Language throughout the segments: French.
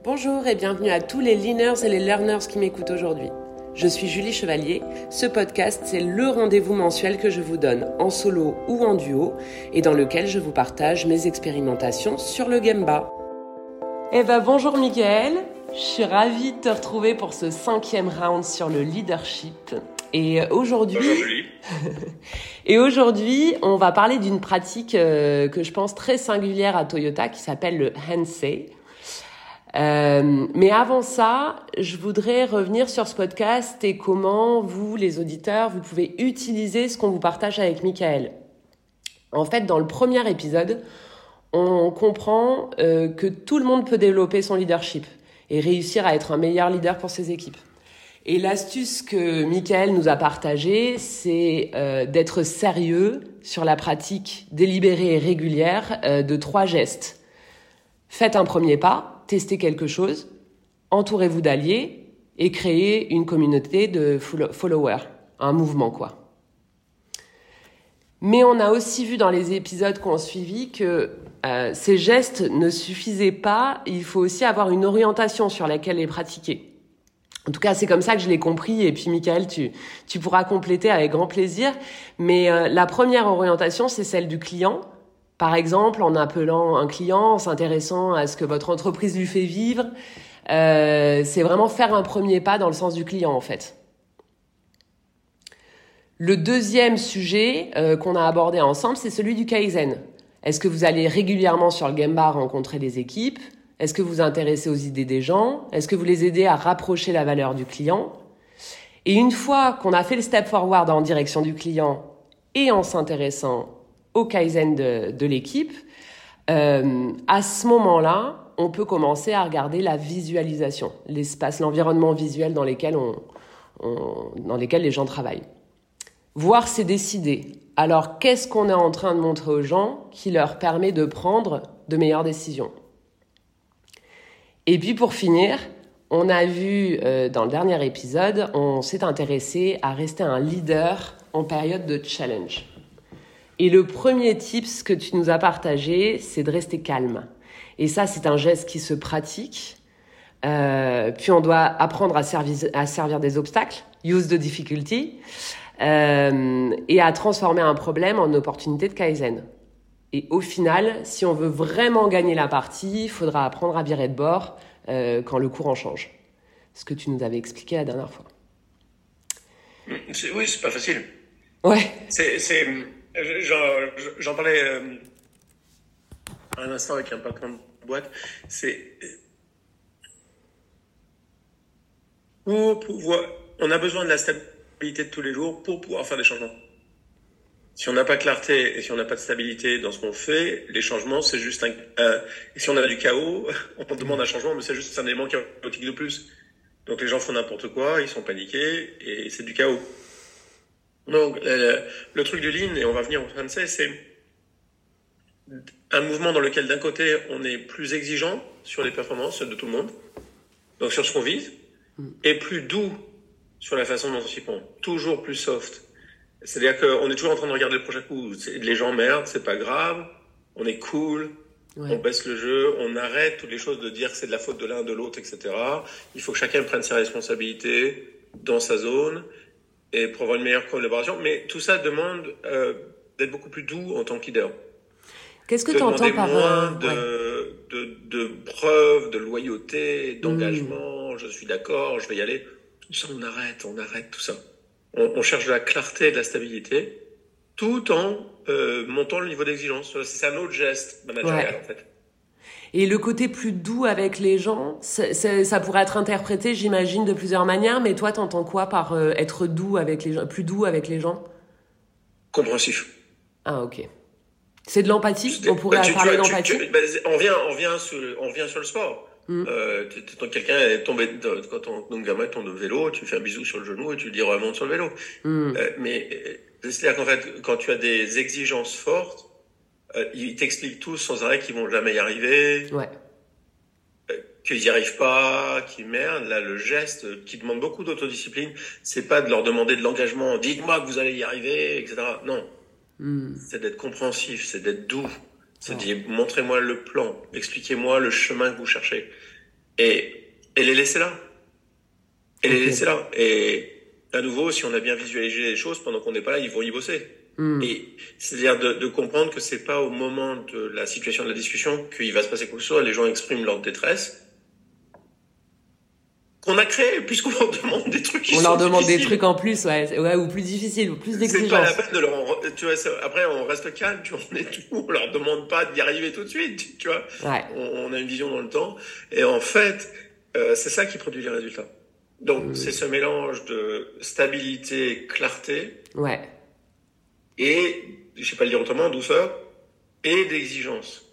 Bonjour et bienvenue à tous les leaners et les learners qui m'écoutent aujourd'hui. Je suis Julie Chevalier. Ce podcast, c'est le rendez-vous mensuel que je vous donne en solo ou en duo et dans lequel je vous partage mes expérimentations sur le Gemba. Bonjour Mickaël, je suis ravie de te retrouver pour ce 5e round sur le leadership. Et aujourd'hui, bonjour Julie. Et aujourd'hui, on va parler d'une pratique que je pense très singulière à Toyota qui s'appelle le Hensei. Mais avant ça, je voudrais revenir sur ce podcast et comment vous, les auditeurs, vous pouvez utiliser ce qu'on vous partage avec Mickaël. En fait, dans le premier épisode, on comprend que tout le monde peut développer son leadership et réussir à être un meilleur leader pour ses équipes. Et l'astuce que Mickaël nous a partagée, c'est d'être sérieux sur la pratique délibérée et régulière de 3 gestes. Faites un premier pas. Tester quelque chose, entourez-vous d'alliés et créez une communauté de followers, un mouvement quoi. Mais on a aussi vu dans les épisodes qui ont suivi que ces gestes ne suffisaient pas, il faut aussi avoir une orientation sur laquelle les pratiquer. En tout cas, c'est comme ça que je l'ai compris et puis Mickaël, tu pourras compléter avec grand plaisir. Mais la première orientation, c'est celle du client. Par exemple, en appelant un client, en s'intéressant à ce que votre entreprise lui fait vivre, c'est vraiment faire un premier pas dans le sens du client en fait. Le deuxième sujet qu'on a abordé ensemble, c'est celui du Kaizen. Est-ce que vous allez régulièrement sur le Gemba rencontrer des équipes ? Est-ce que vous vous intéressez aux idées des gens ? Est-ce que vous les aidez à rapprocher la valeur du client ? Et une fois qu'on a fait le step forward en direction du client et en s'intéressant au Kaizen de l'équipe, à ce moment-là, on peut commencer à regarder la visualisation, l'espace, l'environnement visuel dans lesquels les gens travaillent. Voir, c'est décider. Alors, qu'est-ce qu'on est en train de montrer aux gens qui leur permet de prendre de meilleures décisions ? Et puis, pour finir, on a vu dans le dernier épisode, on s'est intéressé à rester un leader en période de challenge. Et le premier tips que tu nous as partagé, c'est de rester calme. Et ça, c'est un geste qui se pratique. Puis on doit apprendre à servir des obstacles, use the difficulty, et à transformer un problème en opportunité de Kaizen. Et au final, si on veut vraiment gagner la partie, il faudra apprendre à virer de bord quand le courant change. Ce que tu nous avais expliqué la dernière fois. Oui, c'est pas facile. Ouais. J'en parlais un instant avec un patron de boîte. On a besoin de la stabilité de tous les jours pour pouvoir faire des changements. Si on n'a pas de clarté et si on n'a pas de stabilité dans ce qu'on fait, les changements, c'est juste et si on a du chaos, on demande un changement, mais c'est juste un élément chaotique de plus. Donc les gens font n'importe quoi, ils sont paniqués et c'est du chaos. Donc, le truc du lean, et on va venir au Hensei, c'est un mouvement dans lequel, d'un côté, on est plus exigeant sur les performances de tout le monde, donc sur ce qu'on vise, et plus doux sur la façon dont on s'y prend. Toujours plus soft. C'est-à-dire qu'on est toujours en train de regarder le prochain coup. Les gens merdent, c'est pas grave, on est cool, on baisse le jeu, on arrête toutes les choses de dire que c'est de la faute de l'un, de l'autre, etc. Il faut que chacun prenne ses responsabilités dans sa zone, et pour avoir une meilleure collaboration. Mais tout ça demande d'être beaucoup plus doux en tant que leader. Qu'est-ce que tu entends par... moins de preuves, de loyauté, d'engagement, je suis d'accord, je vais y aller. Tout ça, on arrête tout ça. On cherche de la clarté et de la stabilité, tout en montant le niveau d'exigence. C'est un autre geste managérial, en fait. Et le côté plus doux avec les gens, ça pourrait être interprété, j'imagine, de plusieurs manières, mais toi, t'entends quoi par être doux avec les gens, plus doux avec les gens ? Compréhensif. Ah, ok. C'est de l'empathie ? On pourrait parler d'empathie ? On vient sur le sport. Quelqu'un est tombé, quand ton gamin tombe de vélo, tu fais un bisou sur le genou et tu lui dis remonte sur le vélo. Mais c'est-à-dire qu'en fait, quand tu as des exigences fortes, ils t'expliquent tous sans arrêt qu'ils vont jamais y arriver, qu'ils y arrivent pas, qu'ils merdent. Là, le geste qui demande beaucoup d'autodiscipline, c'est pas de leur demander de l'engagement, dites-moi que vous allez y arriver, etc. Non. C'est d'être compréhensif, c'est d'être doux, c'est de dire montrez-moi le plan, expliquez-moi le chemin que vous cherchez. et les laisser là. Et les laisser là. Et à nouveau, si on a bien visualisé les choses, pendant qu'on n'est pas là, ils vont y bosser. Et c'est-à-dire de comprendre que c'est pas au moment de la situation de la discussion qu'il va se passer quoi que ce soit. Les gens expriment leur détresse qu'on a créé, puisqu'on leur demande des trucs qui sont difficiles. On leur demande des trucs en plus, ouais, ou plus difficiles, ou plus d'exigences. C'est pas la peine de leur, tu vois, après, on reste calme, tu vois, on leur demande pas d'y arriver tout de suite, tu vois. Ouais. On a une vision dans le temps. Et en fait, c'est ça qui produit les résultats. Donc, c'est ce mélange de stabilité, clarté. Ouais. Et, je sais pas le dire autrement, douceur et d'exigence.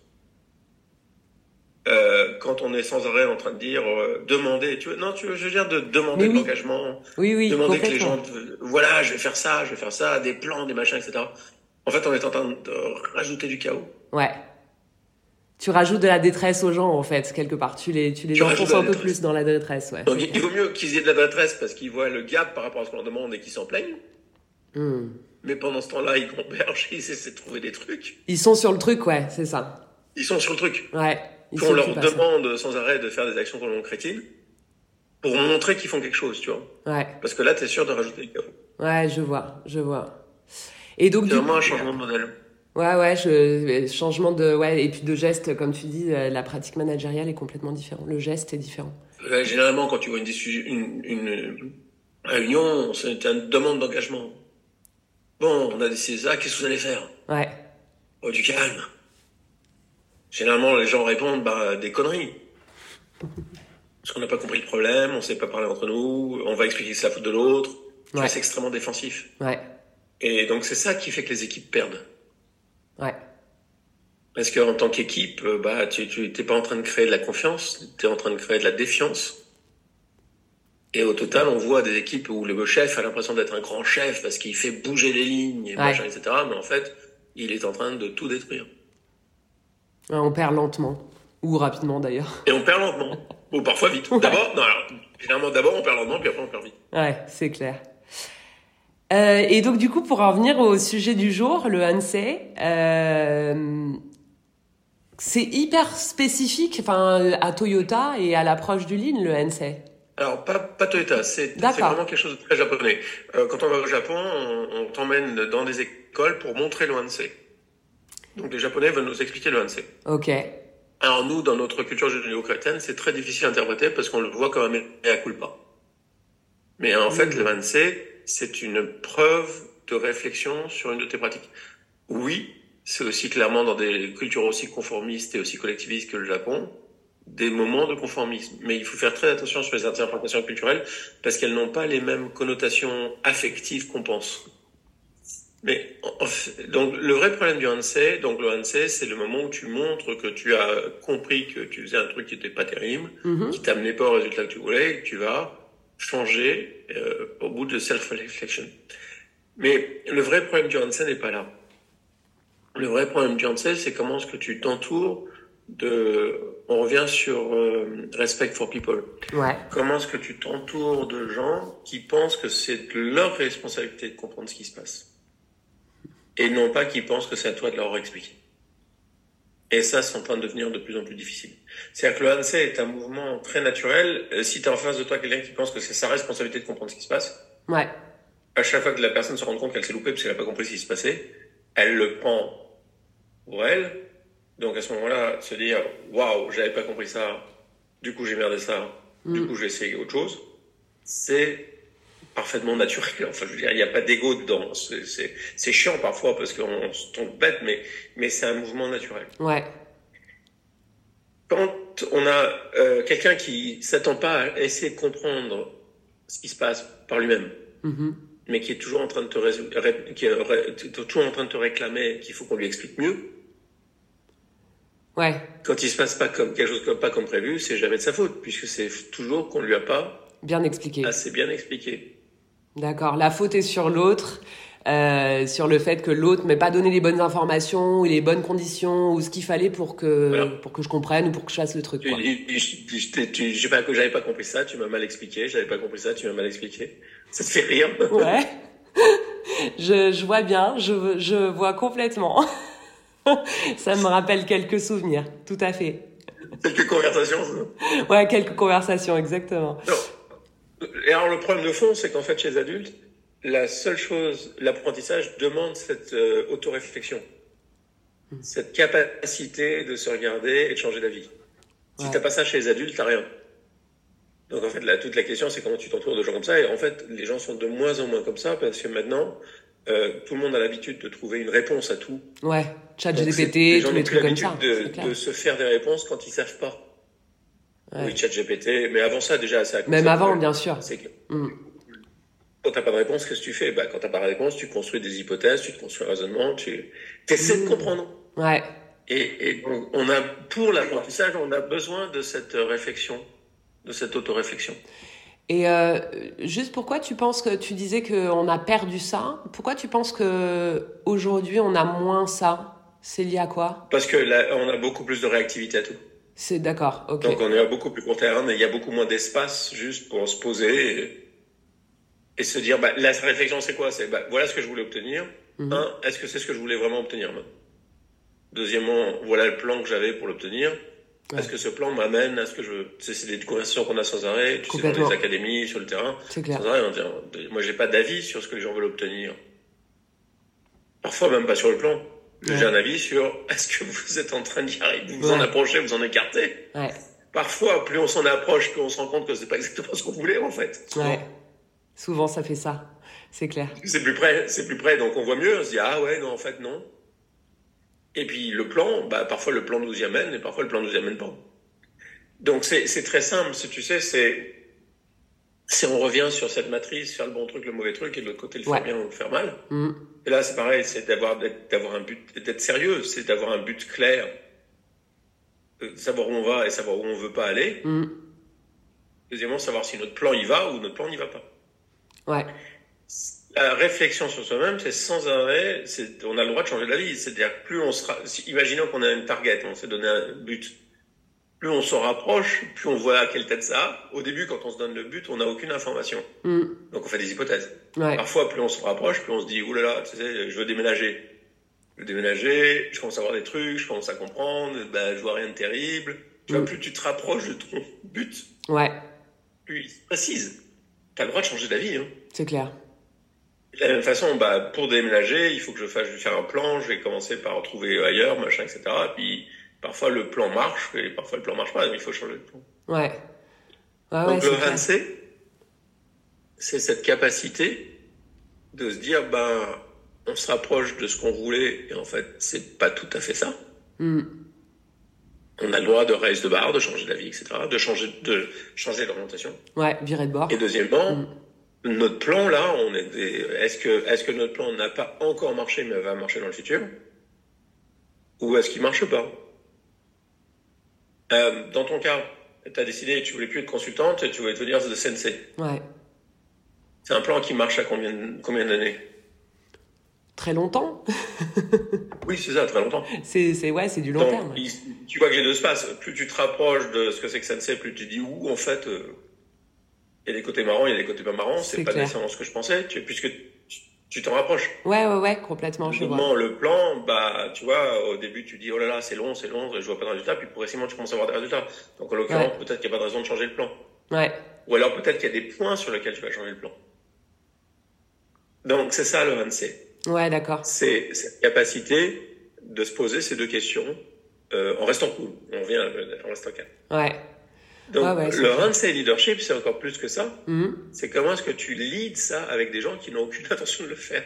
Quand on est sans arrêt en train de dire demander, je veux dire de demander de l'engagement, demander que les gens, voilà, je vais faire ça, des plans, des machins, etc. En fait, on est en train de rajouter du chaos. Ouais. Tu rajoutes de la détresse aux gens, en fait, quelque part. Tu les enfonces un peu plus dans la détresse, ouais. Donc, il vaut mieux qu'ils aient de la détresse parce qu'ils voient le gap par rapport à ce qu'on leur demande et qu'ils s'en plaignent. Mais pendant ce temps-là, ils gambergent, ils essaient de trouver des trucs. Ils sont sur le truc, ouais, c'est ça. Ils sont sur le truc. Ouais. Qu'on leur demande sans arrêt de faire des actions complètement crétines pour montrer qu'ils font quelque chose, tu vois. Ouais. Parce que là, t'es sûr de rajouter du chaos. Ouais, je vois. Et donc, c'est vraiment un changement de modèle. Ouais, changement et puis de geste, comme tu dis, la pratique managériale est complètement différente. Le geste est différent. Généralement, quand tu vois une réunion, c'est une demande d'engagement. Bon, on a décidé ça, qu'est-ce que vous allez faire? Ouais. Oh, du calme. Généralement, les gens répondent, des conneries. Parce qu'on n'a pas compris le problème, on sait pas parler entre nous, on va expliquer que c'est la faute de l'autre. Ouais. C'est extrêmement défensif. Ouais. Et donc, c'est ça qui fait que les équipes perdent. Ouais. Parce qu'en tant qu'équipe, tu t'es pas en train de créer de la confiance, tu es en train de créer de la défiance. Et au total, on voit des équipes où le chef a l'impression d'être un grand chef parce qu'il fait bouger les lignes, et machin, etc. Mais en fait, il est en train de tout détruire. On perd lentement. Ou rapidement, d'ailleurs. Et on perd lentement. Ou parfois vite. Ouais. Généralement, d'abord, on perd lentement, puis après, on perd vite. Ouais, c'est clair. Et donc, du coup, pour en revenir au sujet du jour, le Hansei, c'est hyper spécifique, à Toyota et à l'approche du Lean, le Hansei. Alors, pas Toyota, c'est vraiment quelque chose de très japonais. Quand on va au Japon, on t'emmène dans des écoles pour montrer le Hansei. Donc, les Japonais veulent nous expliquer le Hansei. Ok. Alors, nous, dans notre culture judéo-chrétienne, c'est très difficile à interpréter parce qu'on le voit comme un mea culpa. Mais en fait, le Hansei, c'est une preuve de réflexion sur une de tes pratiques. Oui, c'est aussi clairement dans des cultures aussi conformistes et aussi collectivistes que le Japon, des moments de conformisme. Mais il faut faire très attention sur les interprétations culturelles parce qu'elles n'ont pas les mêmes connotations affectives qu'on pense. Mais donc le vrai problème du Hansei, le Hansei, c'est le moment où tu montres que tu as compris que tu faisais un truc qui n'était pas terrible, qui t'amenait pas au résultat que tu voulais, et que tu vas changer au bout de self-reflection. Mais le vrai problème du Hansei n'est pas là. Le vrai problème du Hansei, c'est comment est-ce que tu t'entoures de... On revient sur respect for people. Ouais. Comment est-ce que tu t'entoures de gens qui pensent que c'est de leur responsabilité de comprendre ce qui se passe et non pas qui pensent que c'est à toi de leur expliquer. Et ça, c'est en train de devenir de plus en plus difficile. C'est-à-dire que le Hansei est un mouvement très naturel. Si tu as en face de toi quelqu'un qui pense que c'est sa responsabilité de comprendre ce qui se passe, ouais. À chaque fois que la personne se rend compte qu'elle s'est loupée parce qu'elle n'a pas compris ce qui se passait, elle le prend pour elle. Donc à ce moment-là, se dire « Waouh, j'avais pas compris ça, du coup j'ai merdé ça, du coup je vais essayer autre chose », c'est parfaitement naturel. Enfin, je veux dire, il n'y a pas d'ego dedans. C'est chiant parfois parce qu'on se tombe bête, mais c'est un mouvement naturel. Ouais. Quand on a quelqu'un qui s'attend pas à essayer de comprendre ce qui se passe par lui-même, mais qui est toujours en train de toujours en train de te réclamer qu'il faut qu'on lui explique mieux. Ouais. Quand il se passe pas comme quelque chose pas comme prévu, c'est jamais de sa faute, puisque c'est toujours qu'on lui a pas bien expliqué. Assez bien expliqué. D'accord. La faute est sur l'autre, sur le fait que l'autre m'ait pas donné les bonnes informations ou les bonnes conditions ou ce qu'il fallait pour que je comprenne ou pour que je fasse le truc. J'avais pas compris ça, tu m'as mal expliqué. J'avais pas compris ça, tu m'as mal expliqué. Ça te fait rire. Ouais. Je vois bien, je vois complètement. Ça me rappelle quelques souvenirs, tout à fait. Quelques conversations. Ouais, quelques conversations, exactement. Non. Et alors, le problème de fond, c'est qu'en fait, chez les adultes, la seule chose, l'apprentissage demande cette autoréflexion. Cette capacité de se regarder et de changer d'avis. Si t'as pas ça chez les adultes, t'as rien. Donc en fait, toute la question, c'est comment tu t'entoures de gens comme ça. Et en fait, les gens sont de moins en moins comme ça parce que maintenant, tout le monde a l'habitude de trouver une réponse à tout. Ouais, ChatGPT, tous les trucs comme ça. De se faire des réponses quand ils savent pas. Ouais. Oui, ChatGPT, mais avant ça, déjà, c'est même avant, bien sûr. C'est que, quand t'as pas de réponse, qu'est-ce que tu fais? Bah, quand t'as pas de réponse, tu construis des hypothèses, tu te construis un raisonnement, tu essaies de comprendre. Ouais. Et donc, pour l'apprentissage, on a besoin de cette réflexion, de cette autoréflexion. Et juste pourquoi tu penses que tu disais qu'on a perdu ça? Pourquoi tu penses que aujourd'hui on a moins ça? C'est lié à quoi? Parce que là, on a beaucoup plus de réactivité à tout. C'est d'accord, ok. Donc on est beaucoup plus content et il y a beaucoup moins d'espace juste pour se poser et se dire, bah, la réflexion c'est quoi? C'est, bah, voilà ce que je voulais obtenir. Un, est-ce que c'est ce que je voulais vraiment obtenir? Deuxièmement, voilà le plan que j'avais pour l'obtenir. Est-ce que ce plan m'amène à ce que je veux? C'est des conversations qu'on a sans arrêt, tu sais, dans les académies, sur le terrain. C'est clair. Sans arrêt, moi, j'ai pas d'avis sur ce que les gens veulent obtenir. Parfois, même pas sur le plan. J'ai un avis sur est-ce que vous êtes en train d'y arriver, vous en approchez, vous en écartez. Ouais. Parfois, plus on s'en approche, plus on se rend compte que c'est pas exactement ce qu'on voulait, en fait. Ouais. Souvent, ça fait ça. C'est clair. C'est plus près, donc on voit mieux, on se dit, ah ouais, non, en fait, non. Et puis le plan, bah parfois le plan nous y amène et parfois le plan nous y amène pas. Donc c'est très simple, si tu sais, c'est on revient sur cette matrice, faire le bon truc, le mauvais truc, et de l'autre côté le faire bien ou le faire mal. Et là c'est pareil, c'est d'avoir un but, d'être sérieux, c'est d'avoir un but clair, de savoir où on va et savoir où on veut pas aller. Deuxièmement, savoir si notre plan y va ou notre plan n'y va pas. Ouais. La réflexion sur soi-même, c'est sans arrêt, on a le droit de changer d'avis. C'est-à-dire que plus on sera, imaginons qu'on a une target, on s'est donné un but. Plus on s'en rapproche, plus on voit à quelle tête ça a. Au début, quand on se donne le but, on n'a aucune information. Donc on fait des hypothèses. Ouais. Parfois, plus on se rapproche, plus on se dit, oulala, tu sais, je veux déménager. Je commence à voir des trucs, je commence à comprendre, bah, je vois rien de terrible. Tu vois, plus tu te rapproches de ton but, plus il se précise. T'as le droit de changer d'avis, hein. C'est clair. De la même façon, bah, pour déménager, il faut que je vais faire un plan, je vais commencer par trouver ailleurs, machin, etc. Et puis, parfois, le plan marche, et parfois, le plan marche pas, mais il faut changer le plan. Ouais. Donc, le RNC, c'est cette capacité de se dire, ben, on se rapproche de ce qu'on voulait, et en fait, c'est pas tout à fait ça. On a le droit de raise de barre, de changer d'avis, etc., de changer d'orientation. Ouais, virer de bord. Et deuxièmement, notre plan, là, est-ce que notre plan n'a pas encore marché, mais va marcher dans le futur? Ou est-ce qu'il marche pas? Dans ton cas, tu as décidé que tu voulais plus être consultante et tu voulais devenir the sensei. Ouais. C'est un plan qui marche à combien d'années? Très longtemps. Oui, c'est ça, très longtemps. C'est du long terme. Tu vois que les deux se passent. Plus tu te rapproches de ce que c'est que sensei, plus tu dis en fait, il y a des côtés marrants, il y a des côtés pas marrants. C'est pas nécessairement ce que je pensais, puisque tu t'en rapproches. Ouais, complètement, je vois. Le plan, bah, tu vois, au début, tu dis, oh là là, c'est long, et je vois pas de résultat, puis progressivement, tu commences à avoir des résultats. Donc, en l'occurrence, peut-être qu'il n'y a pas de raison de changer le plan. Ouais. Ou alors, peut-être qu'il y a des points sur lesquels tu vas changer le plan. Donc, c'est ça, le RNC. Ouais, d'accord. C'est cette capacité de se poser ces deux questions, en restant cool. On revient, en restant calme. Ouais. Donc, le RNC leadership, c'est encore plus que ça. C'est comment est-ce que tu leads ça avec des gens qui n'ont aucune intention de le faire.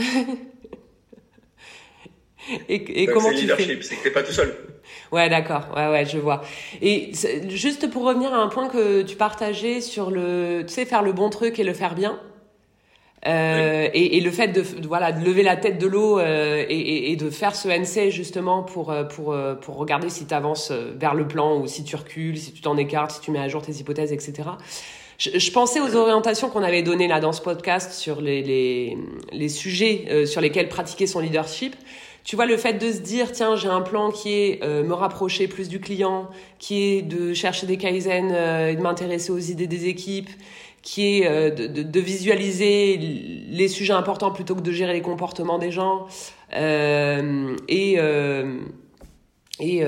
et donc, comment tu fais? C'est que t'es pas tout seul. Ouais, d'accord. Ouais, je vois. Et juste pour revenir à un point que tu partageais sur faire le bon truc et le faire bien. Et le fait de lever la tête de l'eau et de faire ce NC justement pour regarder si tu avances vers le plan ou si tu recules, si tu t'en écartes, si tu mets à jour tes hypothèses, etc. Je pensais aux orientations qu'on avait données là dans ce podcast sur les sujets sur lesquels pratiquer son leadership. Tu vois, le fait de se dire, tiens, j'ai un plan qui est me rapprocher plus du client, qui est de chercher des kaizen et de m'intéresser aux idées des équipes, qui est de visualiser les sujets importants plutôt que de gérer les comportements des gens. Et et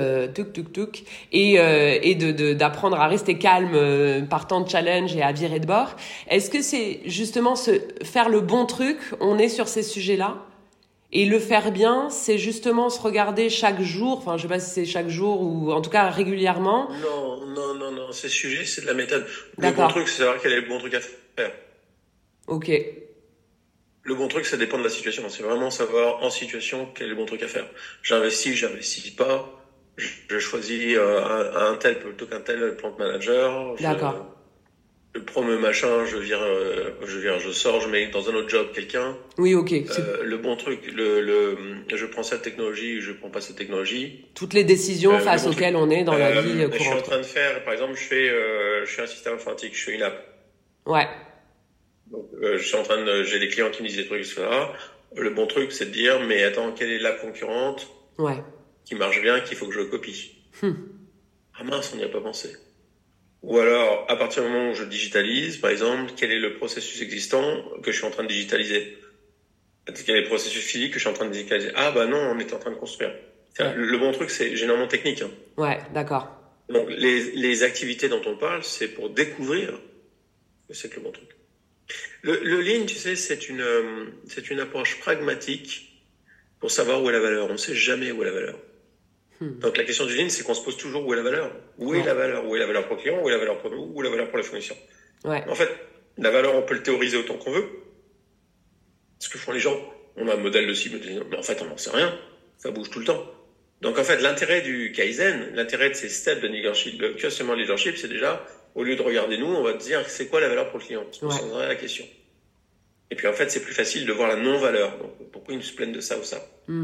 d'apprendre à rester calme par temps de challenge et à virer de bord. Est-ce que c'est justement faire le bon truc, on est sur ces sujets-là, et le faire bien, c'est justement se regarder chaque jour, enfin je sais pas si c'est chaque jour ou en tout cas régulièrement. Non, ces sujets, c'est de la méthode. Le D'accord. bon truc, c'est savoir quel est le bon truc à faire. Ok. Le bon truc, ça dépend de la situation. C'est vraiment savoir en situation quel est le bon truc à faire. J'investis pas. Je choisis un tel plutôt qu'un tel plant manager. D'accord. Je promeut machin, je sors, je mets dans un autre job quelqu'un. Oui, ok. Le bon truc, je prends cette technologie, je prends pas cette technologie. Toutes les décisions face auxquelles on est dans la vie courante. Je suis en train de faire, par exemple, je fais un système informatique, je fais une app. Ouais. Donc, j'ai des clients qui me disent des trucs, etc. Le bon truc, c'est de dire, mais attends, quelle est la concurrente qui marche bien, qu'il faut que je copie? Ah mince, on n'y a pas pensé. Ou alors, à partir du moment où je digitalise, par exemple, quel est le processus existant que je suis en train de digitaliser? Quel est le processus physique que je suis en train de digitaliser? Ah bah non, on est en train de construire. Le bon truc, c'est généralement technique. Hein. Ouais, d'accord. Donc, les activités dont on parle, c'est pour découvrir que c'est que le bon truc. Le lean, tu sais, c'est une approche pragmatique pour savoir où est la valeur. On ne sait jamais où est la valeur. Donc la question du lean, c'est qu'on se pose toujours où est la valeur. Où est la valeur? Où est la valeur pour le client? Où est la valeur pour nous? Où est la valeur pour les fournisseurs? Ouais. En fait, la valeur, on peut le théoriser autant qu'on veut. Ce que font les gens. On a un modèle de cible, mais en fait, on n'en sait rien. Ça bouge tout le temps. Donc en fait, l'intérêt du Kaizen, l'intérêt de ces steps de leadership, de customer leadership, c'est déjà, au lieu de regarder nous, on va te dire c'est quoi la valeur pour le client. On se poserait la question. Et puis en fait, c'est plus facile de voir la non-valeur. Donc pourquoi ils se plaignent de ça ou ça?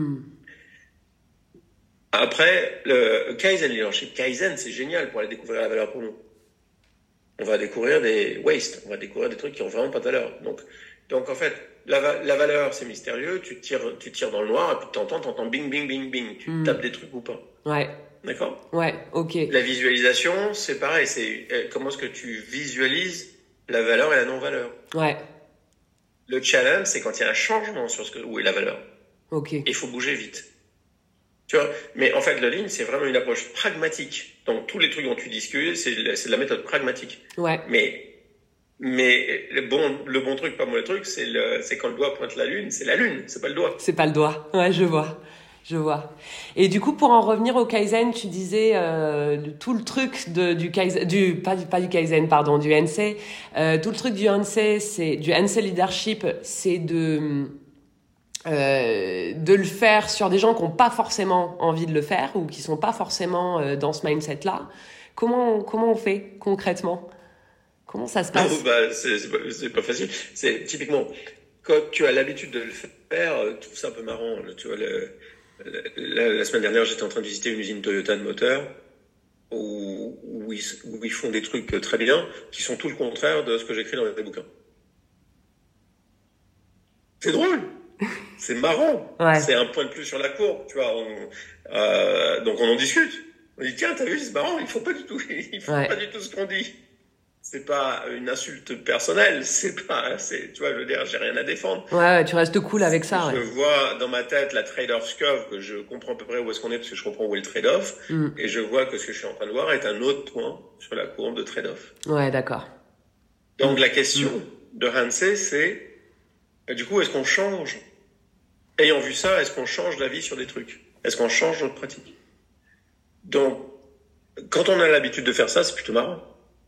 Après, le Kaizen leadership, Kaizen, c'est génial pour aller découvrir la valeur pour nous. On va découvrir des wastes, on va découvrir des trucs qui ont vraiment pas de valeur. Donc en fait, la valeur, c'est mystérieux. Tu tires dans le noir et puis t'entends bing, bing, bing, bing. Tu tapes des trucs ou pas. Ouais. D'accord? Ouais, ok. La visualisation, c'est pareil. C'est comment est-ce que tu visualises la valeur et la non-valeur. Ouais. Le challenge, c'est quand il y a un changement sur où est la valeur. Ok. Et il faut bouger vite. Tu vois? Mais en fait, le lean, c'est vraiment une approche pragmatique. Donc, tous les trucs dont tu discutes, c'est de la méthode pragmatique. Ouais. Mais le bon truc, pas mauvais truc, c'est quand le doigt pointe la lune, c'est la lune, c'est pas le doigt. C'est pas le doigt. Ouais, je vois. Et du coup, pour en revenir au Kaizen, tu disais tout le truc du Kaizen, pas du Kaizen, pardon, du NC. Tout le truc du NC, c'est du NC leadership, c'est de le faire sur des gens qui n'ont pas forcément envie de le faire ou qui sont pas forcément dans ce mindset-là. Comment on fait concrètement? Comment ça se passe? C'est pas facile. C'est typiquement quand tu as l'habitude de le faire, tu trouves ça un peu marrant. Tu vois, la semaine dernière, j'étais en train de visiter une usine Toyota de moteurs où ils font des trucs très bien qui sont tout le contraire de ce que j'écris dans mes bouquins. C'est drôle. C'est marrant. Ouais. C'est un point de plus sur la courbe, tu vois. Donc on en discute. On dit tiens, t'as vu, c'est marrant. Ils font pas du tout pas du tout ce qu'on dit. C'est pas une insulte personnelle. Tu vois, je veux dire, j'ai rien à défendre. Ouais, tu restes cool avec ça. Je vois dans ma tête la trade-off curve, que je comprends à peu près où est-ce qu'on est parce que je comprends où est le trade-off. Et je vois que ce que je suis en train de voir est un autre point sur la courbe de trade-off. Ouais, d'accord. Donc la question de Hansey, c'est du coup, est-ce qu'on change? Ayant vu ça, est-ce qu'on change d'avis sur des trucs? Est-ce qu'on change notre pratique? Donc, quand on a l'habitude de faire ça, c'est plutôt marrant.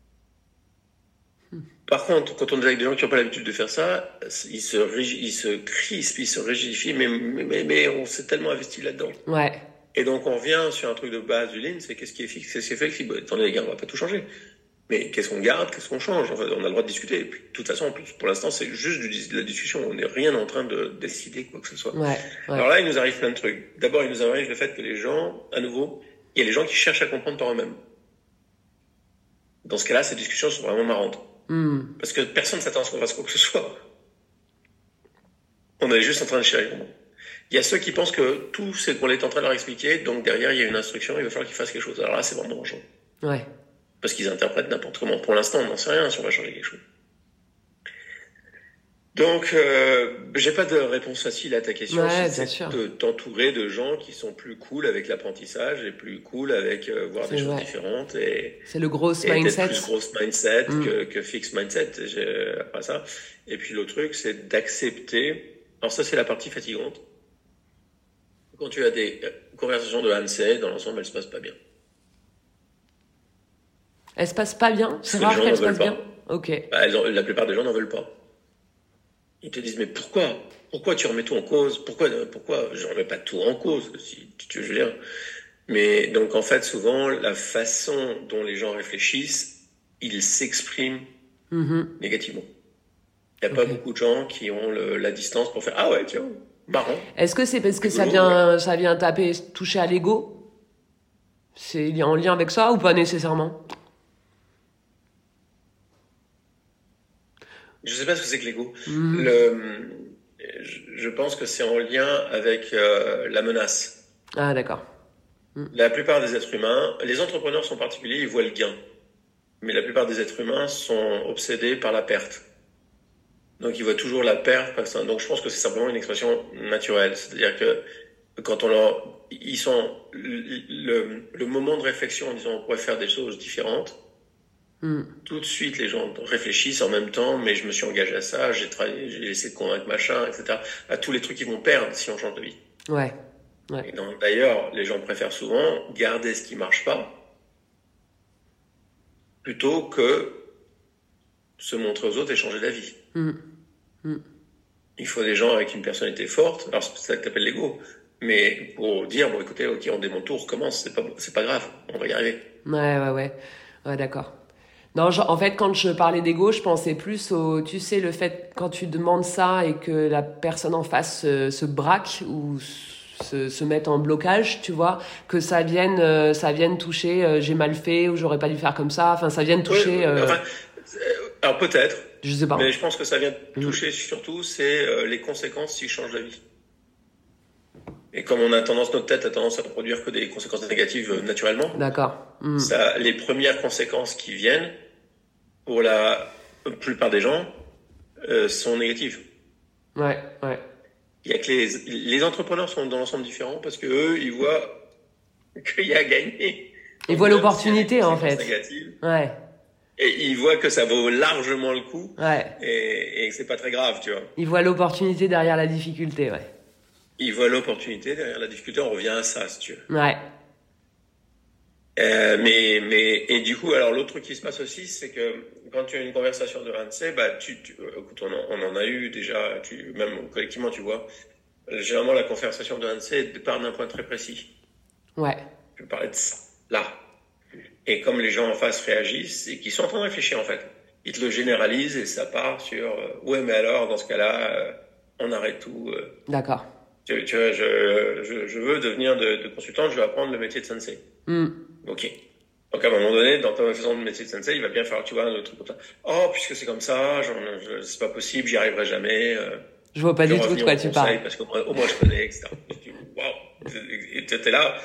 Par contre, quand on est avec des gens qui n'ont pas l'habitude de faire ça, ils se crispent, ils se rigidifient, mais on s'est tellement investi là-dedans. Ouais. Et donc, on revient sur un truc de base du lean, c'est qu'est-ce qui est fixe, qu'est-ce qui est flexible. Attendez les gars, on va pas tout changer. Mais qu'est-ce qu'on garde, qu'est-ce qu'on change? En fait, on a le droit de discuter. Et puis, de toute façon, en plus, pour l'instant, c'est juste de la discussion. On n'est rien en train de décider quoi que ce soit. Ouais. Alors là, il nous arrive plein de trucs. D'abord, il nous arrive le fait que les gens, à nouveau, il y a les gens qui cherchent à comprendre par eux-mêmes. Dans ce cas-là, ces discussions sont vraiment marrantes. Parce que personne ne s'attend à ce qu'on fasse quoi que ce soit. On est juste en train de chercher. Il y a ceux qui pensent que tout, c'est qu'on est en train de leur expliquer, donc derrière, il y a une instruction, il va falloir qu'ils fassent quelque chose. Alors là, c'est vraiment dangereux. Ouais. Parce qu'ils interprètent n'importe comment. Pour l'instant, on n'en sait rien si on va changer quelque chose. Donc, j'ai pas de réponse facile à ta question. Ouais, Si bien c'est sûr. de t'entourer de gens qui sont plus cool avec l'apprentissage et plus cool avec voir des C'est choses ouais. différentes C'est le growth et d'être mindset. plus grosse mindset Mm. que fixe mindset. Après ça. Et puis l'autre truc, c'est d'accepter. Alors ça, c'est la partie fatigante. Quand tu as des conversations de Hansei, dans l'ensemble, elles se passent pas bien. Elle se passe pas bien? Parce C'est que les rare gens qu'elle n'en se passe veulent bien? pas. Ok. La plupart des gens n'en veulent pas. Ils te disent, mais pourquoi tu remets tout en cause? Pourquoi je remets pas tout en cause, si tu veux dire. Mais donc, en fait, souvent, la façon dont les gens réfléchissent, ils s'expriment négativement. Il n'y a pas beaucoup de gens qui ont la distance pour faire, ah ouais, tiens, marrant. Est-ce que c'est parce que Rigolo, ça vient toucher à l'ego? C'est en lien avec ça ou pas nécessairement? Je sais pas ce que c'est que l'ego. Je pense que c'est en lien avec la menace. Ah, d'accord. La plupart des êtres humains, les entrepreneurs sont particuliers, ils voient le gain. Mais la plupart des êtres humains sont obsédés par la perte. Donc ils voient toujours la perte. Donc je pense que c'est simplement une expression naturelle. C'est-à-dire que quand ils sont le moment de réflexion en disant on pourrait faire des choses différentes. Tout de suite, les gens réfléchissent en même temps, mais je me suis engagé à ça, j'ai travaillé, j'ai essayé de convaincre machin, etc. À tous les trucs qu'ils vont perdre si on change de vie. Ouais. Et d'ailleurs, les gens préfèrent souvent garder ce qui marche pas plutôt que se montrer aux autres et changer d'avis. Il faut des gens avec une personnalité forte. Alors c'est ça que t'appelles l'ego, mais pour dire bon écoutez, ok, on démonte tout, on recommence, c'est pas grave, on va y arriver. Ouais, d'accord. Non, en fait, quand je parlais d'ego, je pensais plus tu sais, le fait quand tu demandes ça et que la personne en face se braque ou se mette en blocage, tu vois, que ça vienne toucher, j'ai mal fait ou j'aurais pas dû faire comme ça. Enfin, ça vienne toucher. Alors peut-être. Je sais pas. Mais je pense que ça vient toucher surtout, c'est les conséquences s'il change d'avis. Et comme notre tête a tendance à produire que des conséquences négatives naturellement. D'accord. Les premières conséquences qui viennent, pour la plupart des gens, sont négatives. Ouais. Il y a que les entrepreneurs sont dans l'ensemble différents parce que eux, ils voient qu'il y a à gagner. Ils voient l'opportunité en fait. Négatives, ouais. Et ils voient que ça vaut largement le coup. Ouais. Et que c'est pas très grave, tu vois. Ils voient l'opportunité derrière la difficulté, ouais. Ils voient l'opportunité derrière la difficulté. On revient à ça, si tu veux. Ouais. Et du coup, alors l'autre truc qui se passe aussi, c'est que quand tu as une conversation de Hansei, bah écoute, on en a eu déjà, même collectivement, tu vois. Généralement, la conversation de Hansei part d'un point très précis. Ouais. Je vais parler de ça, là. Et comme les gens en face réagissent et qu'ils sont en train de réfléchir en fait, ils te le généralisent et ça part sur ouais, mais alors dans ce cas-là, on arrête tout. D'accord. Tu vois, je veux devenir de consultant, je veux apprendre le métier de sensei. Ok. Donc à un moment donné, dans ta façon de métier de sensei, il va bien falloir, tu vois, un truc comme ça. Oh, puisque c'est comme ça, c'est pas possible, j'y arriverai jamais. Je vois pas du tout de quoi tu parles. Parce qu'au moins je connais, etc. Waouh. Et t'es là.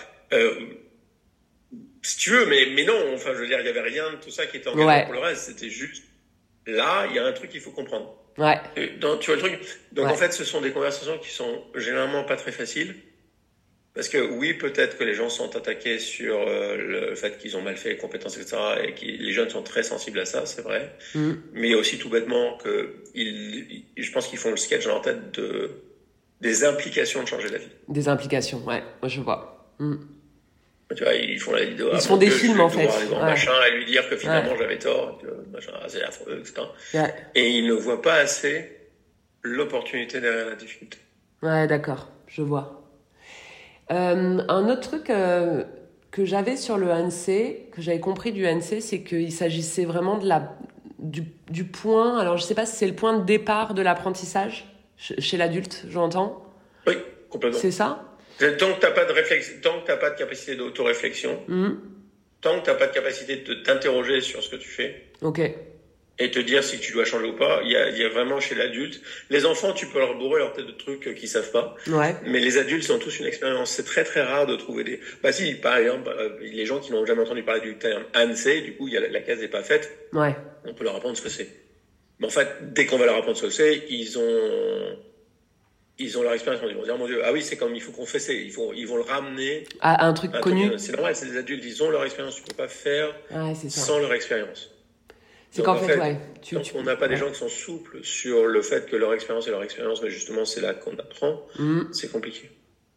Si tu veux, mais non, enfin, je veux dire, il y avait rien de tout ça qui était engagé pour le reste. C'était juste, là, il y a un truc qu'il faut comprendre. Ouais. Tu vois le truc? Donc, en fait, ce sont des conversations qui sont généralement pas très faciles. Parce que oui, peut-être que les gens sont attaqués sur le fait qu'ils ont mal fait les compétences, etc. Et que les jeunes sont très sensibles à ça, c'est vrai. Mais aussi tout bêtement que je pense qu'ils font le sketch dans leur tête des implications de changer d'avis. Des implications, ouais. Moi, je vois. Tu vois, ils font la vidéo. Ils font des films, en fait. Machin, et lui dire que finalement j'avais tort, que machin, c'est affreux, etc. Ouais. Et ils ne voient pas assez l'opportunité derrière la difficulté. Ouais, d'accord. Je vois. Un autre truc que j'avais sur le Hansei, que j'avais compris du Hansei, c'est qu'il s'agissait vraiment du point. Alors, je sais pas si c'est le point de départ de l'apprentissage chez l'adulte, j'entends. Oui, complètement. C'est ça? Tant que t'as pas de réflexion, tant que t'as pas de capacité d'autoréflexion, tant que t'as pas de capacité de t'interroger sur ce que tu fais, et te dire si tu dois changer ou pas, il y a vraiment chez l'adulte. Les enfants, tu peux leur bourrer leur tête de trucs qu'ils savent pas. Ouais. Mais les adultes, ils ont tous une expérience. C'est très très rare de trouver des. Bah si, par exemple, les gens qui n'ont jamais entendu parler du terme Hansei, du coup, la case n'est pas faite. Ouais. On peut leur apprendre ce que c'est. Mais en fait, dès qu'on va leur apprendre ce que c'est, ils ont leur expérience. Ils vont dire, mon Dieu, ah oui, c'est comme il faut confesser. Ils vont le ramener à un truc connu. C'est normal, c'est des adultes, ils ont leur expérience. Tu peux pas faire c'est ça. sans leur expérience. C'est qu'en fait, on n'a pas des gens qui sont souples sur le fait que leur expérience est leur expérience, mais justement, c'est là qu'on apprend. C'est compliqué.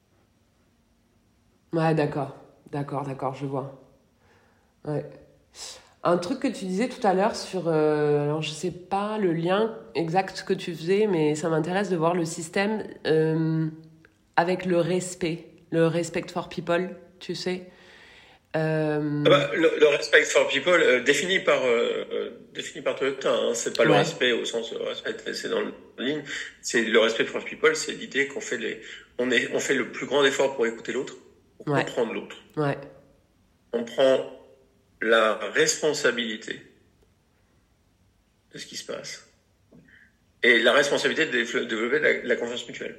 Ouais, d'accord, je vois. Ouais. Un truc que tu disais tout à l'heure sur, alors je sais pas le lien exact que tu faisais, mais ça m'intéresse de voir le système avec le respect for people, tu sais. Le respect for people défini par Toyota, hein, c'est pas le respect au sens respect, c'est dans la ligne. C'est le respect for people, c'est l'idée qu'on fait on fait le plus grand effort pour écouter l'autre, pour comprendre l'autre. Ouais. On prend la responsabilité de ce qui se passe et la responsabilité de développer la confiance mutuelle.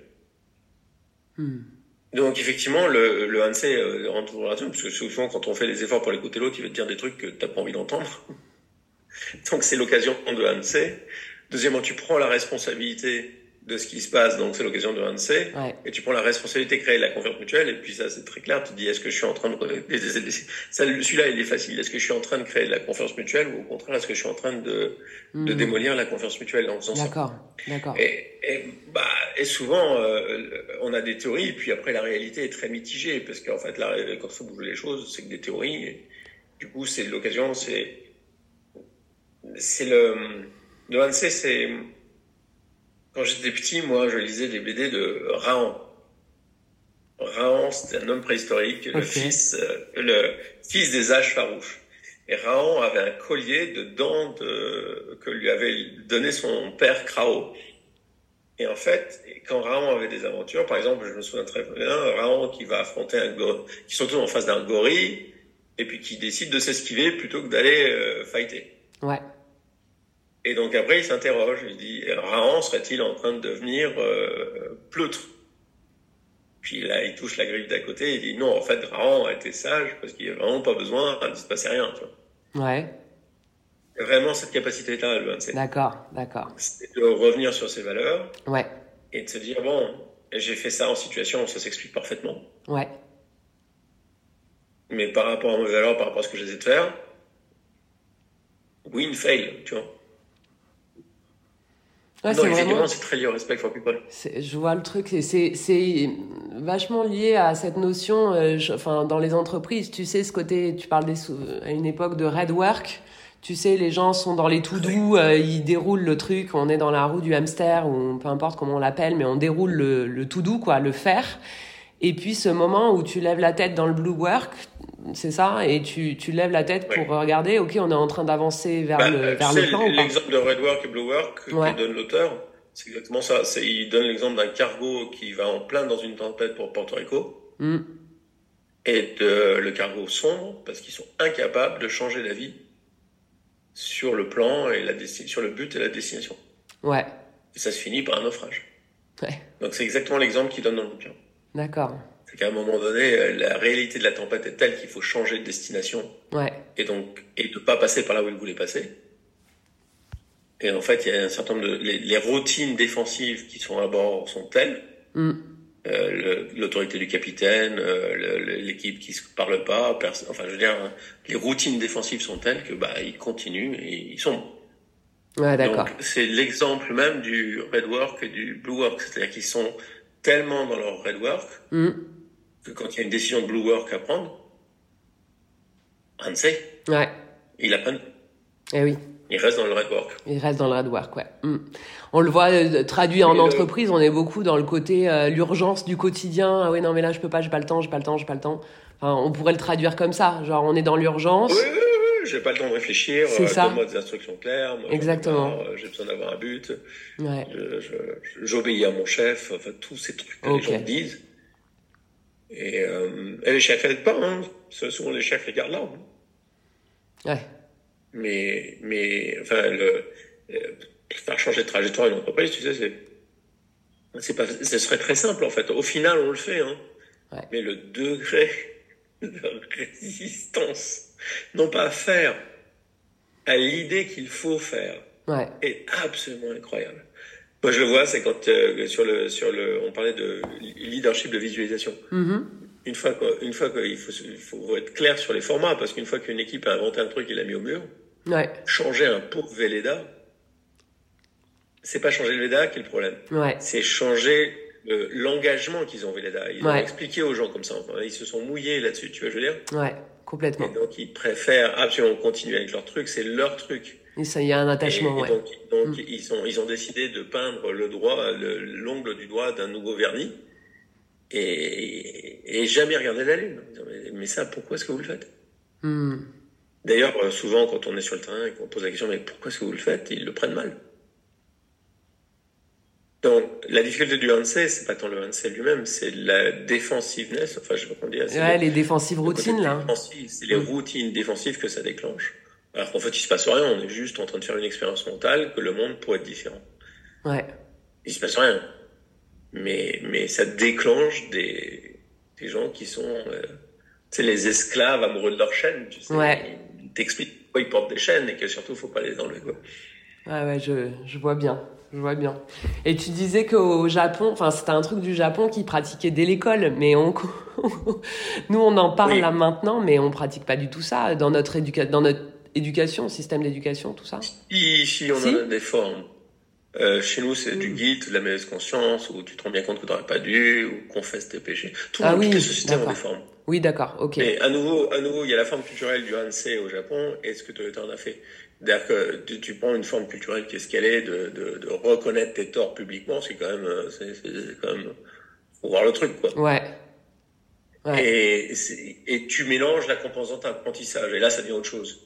Donc effectivement, le Hansei rentre toujours là-dessus, parce que souvent quand on fait des efforts pour écouter l'autre, il va te dire des trucs que t'as pas envie d'entendre. Donc c'est l'occasion de Hansei. Deuxièmement, tu prends la responsabilité de ce qui se passe, donc c'est l'occasion de Hansei, et tu prends la responsabilité de créer la confiance mutuelle, et puis ça c'est très clair, tu te dis est-ce que je suis en train de... Celui-là il est facile, est-ce que je suis en train de créer de la confiance mutuelle, ou au contraire est-ce que je suis en train de démolir la confiance mutuelle dans le sens... D'accord. Et souvent on a des théories, et puis après la réalité est très mitigée, parce qu'en fait quand il faut bouger les choses, c'est que des théories, et du coup c'est l'occasion, le Hansei, c'est... Quand j'étais petit, moi, je lisais des BD de Raon. Raon, c'était un homme préhistorique, le fils des âges farouches. Et Raon avait un collier de dents que lui avait donné son père Krao. Et en fait, quand Raon avait des aventures, par exemple, je me souviens très bien, Raon qui va affronter qui se retrouve en face d'un gorille, et puis qui décide de s'esquiver plutôt que d'aller fighter. Ouais. Et donc après, il s'interroge, il dit, Raon serait-il en train de devenir pleutre? Puis là, il touche la griffe d'à côté, il dit, non, en fait, Raon a été sage, parce qu'il n'y a vraiment pas besoin, il ne se passait rien, tu vois. Ouais. Vraiment cette capacité-là, le Hansei. D'accord. C'est de revenir sur ses valeurs. Ouais. Et de se dire, bon, j'ai fait ça en situation où ça s'explique parfaitement. Ouais. Mais par rapport à mes valeurs, par rapport à ce que j'essaie de faire, win, fail, tu vois. Ouais, donc effectivement, c'est très lié au respect for people. Je vois le truc, c'est vachement lié à cette notion, dans les entreprises, tu sais, ce côté, tu parles à une époque de red work, tu sais, les gens sont dans les to-do, ils déroulent le truc, on est dans la roue du hamster, ou peu importe comment on l'appelle, mais on déroule le to-do, quoi, le faire. Et puis ce moment où tu lèves la tête dans le blue work, c'est ça, et tu lèves la tête pour regarder, ok, on est en train d'avancer vers le plan. L'exemple de red work et blue work que donne l'auteur, c'est exactement ça. Il donne l'exemple d'un cargo qui va en plein dans une tempête pour Porto Rico, et le cargo sombre parce qu'ils sont incapables de changer d'avis sur le plan et sur le but et la destination. Ouais. Et ça se finit par un naufrage. Ouais. Donc c'est exactement l'exemple qu'il donne dans le bouquin. D'accord. C'est qu'à un moment donné, la réalité de la tempête est telle qu'il faut changer de destination. Ouais. Et de pas passer par là où il voulait passer. Et en fait, il y a un certain nombre les routines défensives qui sont à bord sont telles. L'autorité du capitaine, l'équipe qui se parle pas, enfin, je veux dire, les routines défensives sont telles que, ils continuent et ils sont. Ouais, d'accord. Donc, c'est l'exemple même du red work et du blue work. C'est-à-dire qu'ils sont tellement dans leur red work que quand il y a une décision de blue work à prendre, Hansei, il apprend. Eh oui. Il reste dans le red work. Il reste dans le red work, ouais. On le voit traduit en entreprise, on est beaucoup dans le côté l'urgence du quotidien. Ah oui, non, mais là, je peux pas, j'ai pas le temps. Enfin, on pourrait le traduire comme ça. Genre, on est dans l'urgence. Oui, j'ai pas le temps de réfléchir. C'est ça. Donne-moi des instructions claires. Moi, exactement. J'ai besoin d'avoir un but. Ouais. J'obéis à mon chef. Enfin, tous ces trucs que les gens disent. Et les chefs n'aident pas, hein. Souvent, les chefs les gardent là. Ouais. Mais enfin, faire changer de trajectoire une entreprise, tu sais, ce serait très simple, en fait. Au final, on le fait, hein. Ouais. Mais le degré de résistance, non pas à faire, à l'idée qu'il faut faire, Ouais. est absolument incroyable. Moi, je le vois, c'est quand on parlait de leadership de visualisation. Mm-hmm. Une fois qu'il faut être clair sur les formats, parce qu'une fois qu'une équipe a inventé un truc et l'a mis au mur, Ouais. changer un pauvre Velleda, c'est pas changer le Velleda qui est le problème. Ouais. C'est changer l'engagement qu'ils ont au Velleda. Ils ont Ouais. expliqué aux gens comme ça. Enfin, ils se sont mouillés là-dessus, tu vois, je veux dire. Ouais, complètement. Et donc, ils préfèrent absolument continuer avec leur truc. C'est leur truc. Et ça, il y a un attachement, Et ouais. donc ils ont décidé de peindre l'ongle du doigt d'un nouveau vernis et jamais regarder la lune. Mais ça, pourquoi est-ce que vous le faites? D'ailleurs, souvent, quand on est sur le terrain et qu'on pose la question, mais pourquoi est-ce que vous le faites? Ils le prennent mal. Donc, la difficulté du handset, c'est pas tant le handset lui-même, c'est la défensiveness, enfin, je sais pas comment dire. Ouais, les défensives routines, là. C'est les routines défensives que ça déclenche. Alors qu'en fait, il se passe rien, on est juste en train de faire une expérience mentale que le monde pourrait être différent. Ouais. Il se passe rien. Mais ça déclenche des gens qui sont, tu sais, les esclaves amoureux de leur chaîne, tu sais. Ouais. Ils t'expliquent pourquoi ils portent des chaînes et que surtout, faut pas les enlever, quoi. Ouais, je vois bien. Je vois bien. Et tu disais qu'au Japon, enfin, c'était un truc du Japon qui pratiquait dès l'école, mais nous, on en parle là maintenant, mais on pratique pas du tout ça dans notre éducation, système d'éducation, tout ça. Ici, on en a des formes. Chez nous, c'est du guilt, de la mauvaise conscience, où tu te rends bien compte que tu n'aurais pas dû, ou confesse tes péchés. Toutes les sociétés ont des formes. Oui, d'accord, ok. Mais à nouveau, il y a la forme culturelle du Hansei au Japon, et ce que Toyota en a fait. C'est-à-dire que tu prends une forme culturelle qui est ce qu'elle est, de reconnaître tes torts publiquement, c'est quand même, faut voir le truc, quoi. Ouais. Et tu mélanges la composante apprentissage, et là, ça devient autre chose.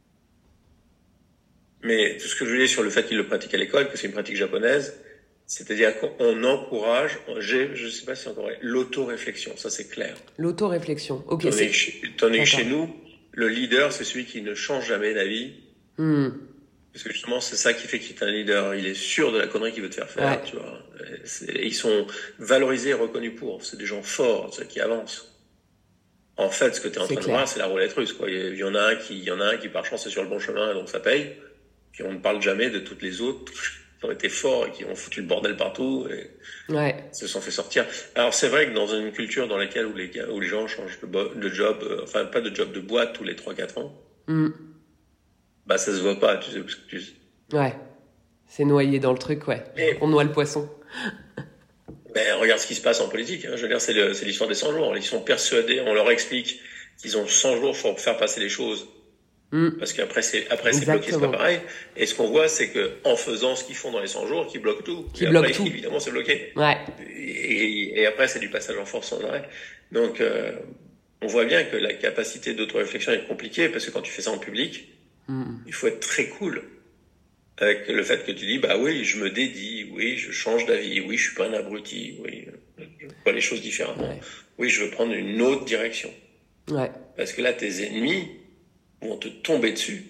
Mais tout ce que je voulais sur le fait qu'ils le pratiquent à l'école, que c'est une pratique japonaise, c'est-à-dire qu'on encourage, je sais pas si c'est encore vrai, l'autoréflexion, ça c'est clair. L'autoréflexion, ok. Tandis que chez nous, le leader, c'est celui qui ne change jamais d'avis. Parce que justement, c'est ça qui fait qu'il est un leader. Il est sûr de la connerie qu'il veut te faire faire, tu vois. Ils sont valorisés et reconnus pour. C'est des gens forts, qui avancent. En fait, ce que tu es en train de voir, c'est la roulette russe, quoi. Il y en a un qui par chance est sur le bon chemin, et donc ça paye. Puis on ne parle jamais de toutes les autres qui ont été forts et qui ont foutu le bordel partout et se sont fait sortir. Alors c'est vrai que dans une culture dans laquelle où les gens changent de job, enfin pas de job, de boîte tous les 3-4 ans, bah ça se voit pas, tu sais, parce que Ouais, c'est noyé dans le truc, ouais. On noie le poisson. Ben regarde ce qui se passe en politique, hein. Je veux dire, c'est l'histoire des 100 jours. Ils sont persuadés, on leur explique qu'ils ont 100 jours pour faire passer les choses. Parce qu'après c'est bloqué, c'est pas pareil. Et ce qu'on voit, c'est que en faisant ce qu'ils font dans les 100 jours, qu'ils bloquent tout. Évidemment, c'est bloqué. Ouais. Et après, c'est du passage en force sans arrêt. Donc, on voit bien que la capacité d'autoréflexion est compliquée parce que quand tu fais ça en public, il faut être très cool avec le fait que tu dis, bah oui, je me dédie, oui, je change d'avis, oui, je suis pas un abruti, oui, je vois les choses différemment. Oui, je veux prendre une autre direction. Ouais. Parce que là, tes ennemis vont te tomber dessus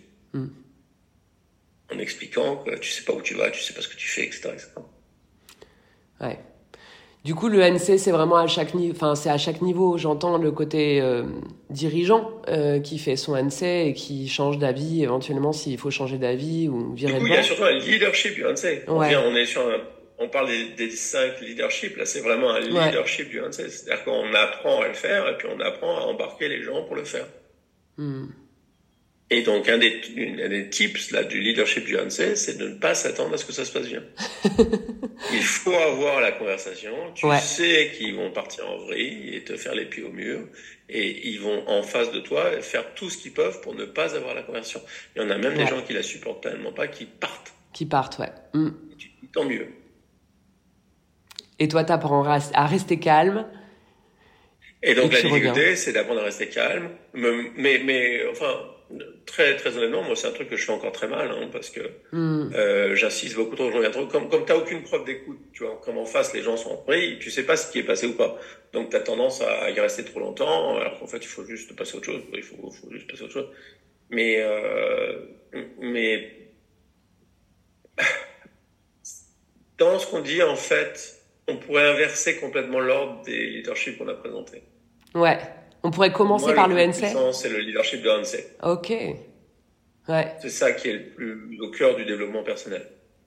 en expliquant que tu sais pas où tu vas, tu sais pas ce que tu fais, etc. Ouais. Du coup, le NC, c'est vraiment à chaque niveau. Enfin, c'est à chaque niveau. J'entends le côté dirigeant qui fait son NC et qui change d'avis éventuellement s'il faut changer d'avis ou virer le bord. Du coup, il y a surtout un leadership du NC. On parle des 5 leaderships. Là, c'est vraiment un leadership du NC. C'est-à-dire qu'on apprend à le faire et puis on apprend à embarquer les gens pour le faire. Et donc, un des tips là, du leadership du Hansei, c'est de ne pas s'attendre à ce que ça se passe bien. Il faut avoir la conversation. Tu sais qu'ils vont partir en vrille et te faire les pieds au mur. Et ils vont, en face de toi, faire tout ce qu'ils peuvent pour ne pas avoir la conversation. Il y en a même des gens qui la supportent tellement pas, qui partent. Et tu dis, tant mieux. Et toi, t'apprends à rester calme. Et donc, la difficulté, c'est d'apprendre à rester calme. Mais enfin... Très, très honnêtement, moi, c'est un truc que je fais encore très mal, hein, parce que j'insiste beaucoup trop, je reviens trop. Comme t'as aucune preuve d'écoute, tu vois, comme en face, les gens sont pris, tu sais pas ce qui est passé ou pas. Donc, t'as tendance à y rester trop longtemps, alors qu'en fait, il faut juste passer à autre chose. Il faut juste passer à autre chose. Mais dans ce qu'on dit, en fait, on pourrait inverser complètement l'ordre des leaderships qu'on a présentés. Ouais. On pourrait commencer par le NC. C'est le leadership de Hansei. Ok. Ouais. C'est ça qui est le plus au cœur du développement personnel.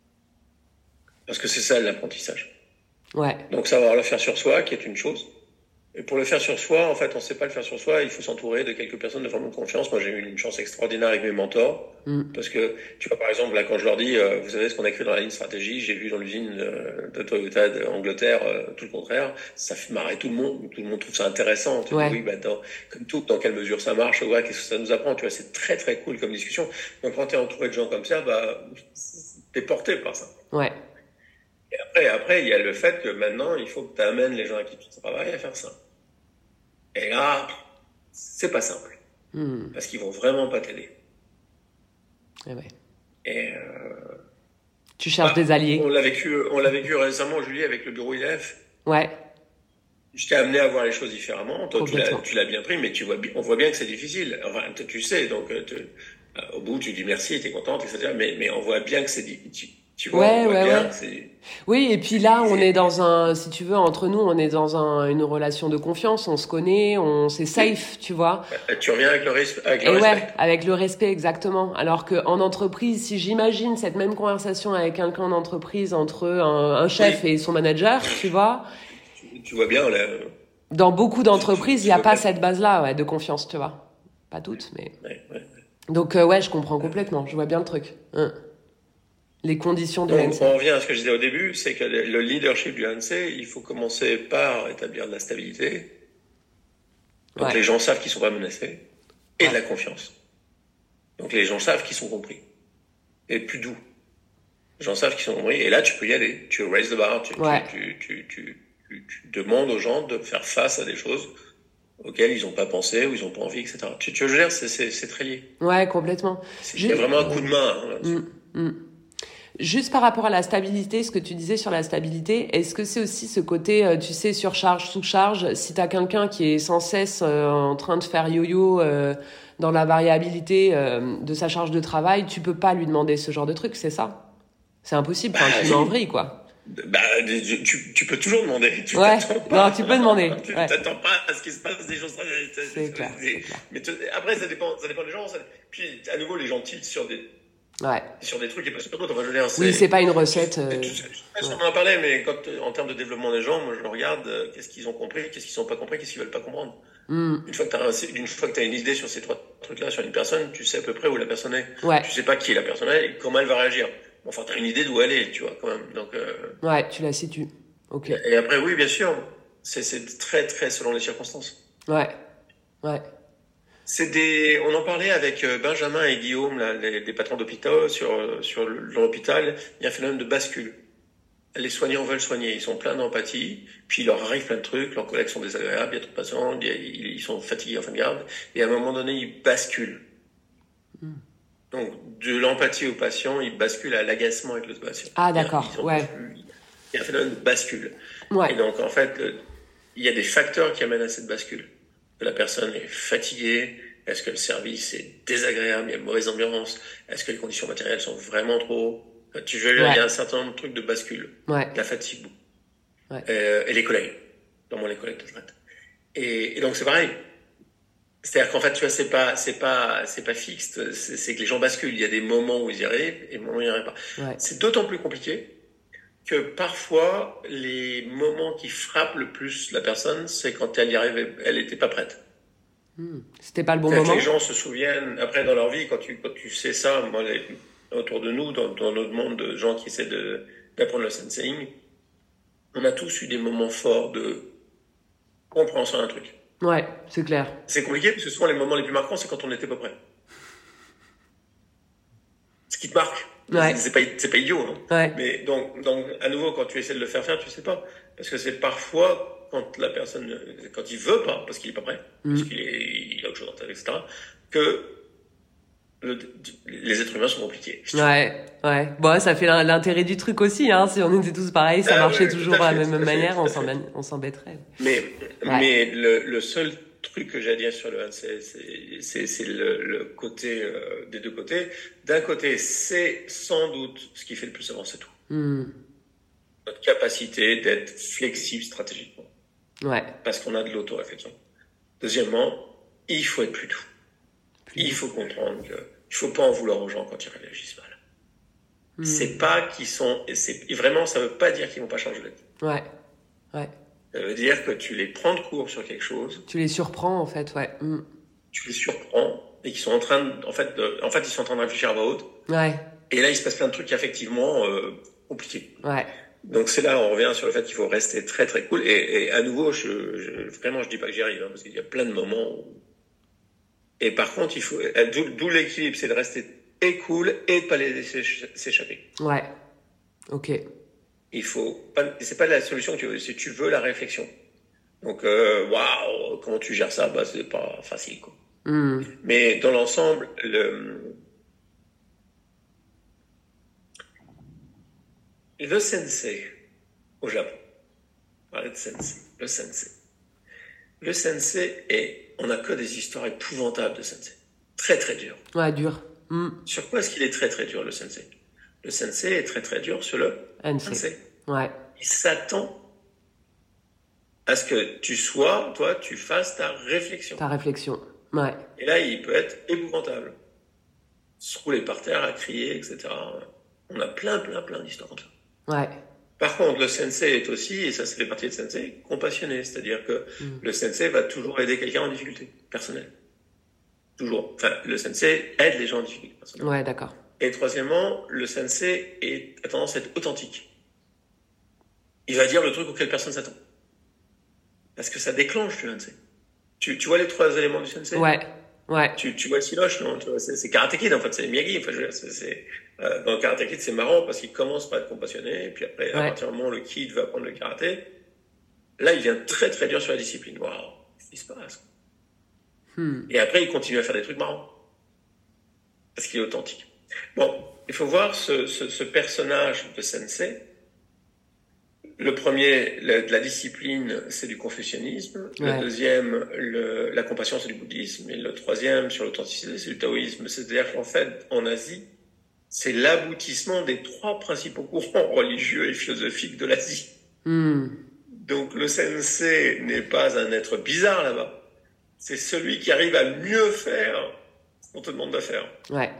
Parce que c'est ça l'apprentissage. Ouais. Donc savoir le faire sur soi, qui est une chose. Et pour le faire sur soi, en fait, on ne sait pas le faire sur soi. Il faut s'entourer de quelques personnes de vraiment confiance. Moi, j'ai eu une chance extraordinaire avec mes mentors. Parce que, tu vois, par exemple, là, quand je leur dis, vous savez ce qu'on a écrit dans la ligne stratégie, j'ai vu dans l'usine de Toyota d'Angleterre, tout le contraire. Ça fait marrer tout le monde. Tout le monde trouve ça intéressant. Tu dis, oui, bah, comme tout, dans quelle mesure ça marche, ouais, qu'est-ce que ça nous apprend, tu vois, c'est très, très cool comme discussion. Donc, quand tu es entouré de gens comme ça, bah, t'es porté par ça. Ouais. Et après, il y a le fait que maintenant, il faut que tu amènes les gens à qui tu travailles à faire ça. Et là, c'est pas simple. Parce qu'ils vont vraiment pas t'aider. Et ouais. Et tu cherches des alliés. On l'a vécu récemment, Julie, avec le bureau IF. Ouais. Je t'ai amené à voir les choses différemment. Toi, tu l'as bien pris, mais on voit bien que c'est difficile. Enfin, tu sais, donc au bout, tu dis merci, t'es contente, etc. Mais on voit bien que c'est difficile. Tu vois, on voit bien que c'est... Oui, et puis là, on est dans si tu veux, entre nous, on est dans une relation de confiance, on se connaît, c'est safe, tu vois. Tu reviens avec le respect. Ouais, avec le respect, exactement. Alors qu'en entreprise, si j'imagine cette même conversation avec quelqu'un en entreprise entre un chef et son manager, tu vois. Tu vois bien, là. Dans beaucoup d'entreprises, il n'y a pas cette base-là, de confiance, tu vois. Pas toutes, mais. Ouais. Donc, je comprends complètement. Je vois bien le truc. Les conditions de l'ANC. On revient à ce que je disais au début, c'est que le leadership du ANC, il faut commencer par établir de la stabilité. Donc les gens savent qu'ils ne sont pas menacés. Et de la confiance. Donc les gens savent qu'ils sont compris. Et plus doux. Les gens savent qu'ils sont compris. Et là, tu peux y aller. Tu raise the bar. Tu demandes aux gens de faire face à des choses auxquelles ils n'ont pas pensé ou ils n'ont pas envie, etc. Tu veux dire, c'est très lié. Ouais, complètement. Il y a vraiment un coup de main là-dessus. Juste par rapport à la stabilité, ce que tu disais sur la stabilité, est-ce que c'est aussi ce côté, tu sais, surcharge, sous-charge? Si t'as quelqu'un qui est sans cesse en train de faire yo-yo dans la variabilité de sa charge de travail, tu peux pas lui demander ce genre de truc, c'est ça? C'est impossible, tu mets en vrille, quoi. Tu peux toujours demander. Tu peux demander. Tu t'attends pas à ce qu'il se passe des choses. C'est clair. Mais après, ça dépend des gens. Puis, à nouveau, les gens tiltent sur des trucs et pas sur d'autres. Enfin, je veux dire, oui, c'est pas une recette. On en a parlé, mais en termes de développement des gens, moi, je regarde qu'est-ce qu'ils ont compris, qu'est-ce qu'ils n'ont pas compris, qu'est-ce qu'ils veulent pas comprendre. Une fois que tu as une idée sur ces trois trucs-là, sur une personne, tu sais à peu près où la personne est. Tu sais pas qui la personne est et comment elle va réagir. Enfin, tu as une idée d'où elle est, tu vois, quand même. Donc, ouais, tu la situes. Ok. Et après, oui, bien sûr, c'est très, très selon les circonstances. Ouais. On en parlait avec Benjamin et Guillaume, là, des patrons d'hôpitaux, sur l'hôpital. Il y a un phénomène de bascule. Les soignants veulent soigner, ils sont pleins d'empathie, puis il leur arrive plein de trucs, leurs collègues sont désagréables, il y a trop de patients, ils sont fatigués en fin de garde, et à un moment donné, ils basculent. Donc, de l'empathie au patient, ils basculent à l'agacement avec le patient. Ah, d'accord, ouais. Il y a un phénomène de bascule. Ouais. Et donc, en fait, il y a des facteurs qui amènent à cette bascule. Que la personne est fatiguée, est-ce que le service est désagréable, il y a une mauvaise ambiance, est-ce que les conditions matérielles sont vraiment trop... Il y a un certain nombre de trucs de bascule. La fatigue. Et les collègues. Dans les collègues de retraite. Et donc, c'est pareil. C'est-à-dire qu'en fait, tu vois, c'est pas fixe. C'est que les gens basculent. Il y a des moments où ils y arrivent et des moments où ils n'y arrivent pas. C'est d'autant plus compliqué que parfois, les moments qui frappent le plus la personne, c'est quand elle y arrive, elle n'était pas prête. C'était pas le bon moment. Les gens se souviennent, après dans leur vie, quand tu sais ça, moi, autour de nous, dans notre monde de gens qui essaient d'apprendre le senseiing, on a tous eu des moments forts de compréhension d'un truc. Ouais, c'est clair. C'est compliqué parce que souvent les moments les plus marquants, c'est quand on n'était pas prêt. Ce qui te marque. C'est pas idiot. Mais donc, à nouveau, quand tu essaies de le faire, tu sais pas. Parce que c'est parfois quand la personne, quand il veut pas, parce qu'il est pas prêt, parce qu'il a autre chose en tête, etc., que les êtres humains sont compliqués. Ouais. Bon, ça fait l'intérêt du truc aussi, hein. Si on était tous pareils, ça marchait toujours de la même manière, on s'embêterait. Mais le seul truc que j'ai à dire sur le ANC, c'est le côté des deux côtés. D'un côté, c'est sans doute ce qui fait le plus avancer tout. Notre capacité d'être flexible stratégiquement. Parce qu'on a de l'auto-réflexion. Deuxièmement, il faut être plus doux. Il faut comprendre que il faut pas en vouloir aux gens quand ils réagissent mal. C'est pas qu'ils sont, vraiment, ça veut pas dire qu'ils vont pas changer la vie. Ouais. Ça veut dire que tu les prends de court sur quelque chose. Tu les surprends, en fait, ouais. Tu les surprends et qu'ils sont en train de, en fait, ils sont en train de réfléchir à voix haute. Ouais. Et là, il se passe plein de trucs effectivement compliqués. Ouais. Donc c'est là, on revient sur le fait qu'il faut rester très très cool. Et à nouveau, vraiment, je dis pas que j'y arrive, parce qu'il y a plein de moments où... Et par contre, il faut, d'où l'équilibre, c'est de rester et cool et de pas les laisser s'échapper. Ouais. Ok. Il faut pas, c'est pas la solution que tu veux, c'est tu veux la réflexion. Donc, waouh, comment tu gères ça? Bah, c'est pas facile, quoi. Mais dans l'ensemble, le sensei au Japon, on parlait de sensei, le sensei. Le sensei on n'a que des histoires épouvantables de sensei. Très très dur. Ouais, dur. Sur quoi est-ce qu'il est très très dur, le sensei? Le sensei est très très dur sur le sensei. Ouais. Il s'attend à ce que tu fasses ta réflexion. Ta réflexion, ouais. Et là, il peut être épouvantable. Se rouler par terre, à crier, etc. On a plein d'histoires comme ça. Ouais. Par contre, le sensei est aussi, et ça fait partie de sensei, compassionné. C'est-à-dire que le sensei va toujours aider quelqu'un en difficulté personnelle. Toujours. Enfin, le sensei aide les gens en difficulté personnelle. Ouais, d'accord. Et troisièmement, le sensei a tendance à être authentique. Il va dire le truc auquel personne s'attend. Parce que ça déclenche le sensei. Tu vois les 3 éléments du sensei? Ouais. Tu vois le siloche, non? C'est Karate Kid, en fait, c'est Miyagi. Enfin, je veux dire, dans Karate Kid, c'est marrant parce qu'il commence par être compassionné, et puis après, à partir du moment où le kid va apprendre le karaté, là, il vient très très dur sur la discipline. Waouh, qu'est-ce qui se passe? Et après, il continue à faire des trucs marrants. Parce qu'il est authentique. Bon, il faut voir ce personnage de sensei. Le premier, la discipline, c'est du confucianisme. Le deuxième, la compassion, c'est du bouddhisme. Et le troisième, sur l'authenticité, c'est du taoïsme. C'est-à-dire qu'en fait, en Asie, c'est l'aboutissement des 3 principaux courants religieux et philosophiques de l'Asie. Donc le sensei n'est pas un être bizarre là-bas. C'est celui qui arrive à mieux faire ce qu'on te demande de faire. Ouais.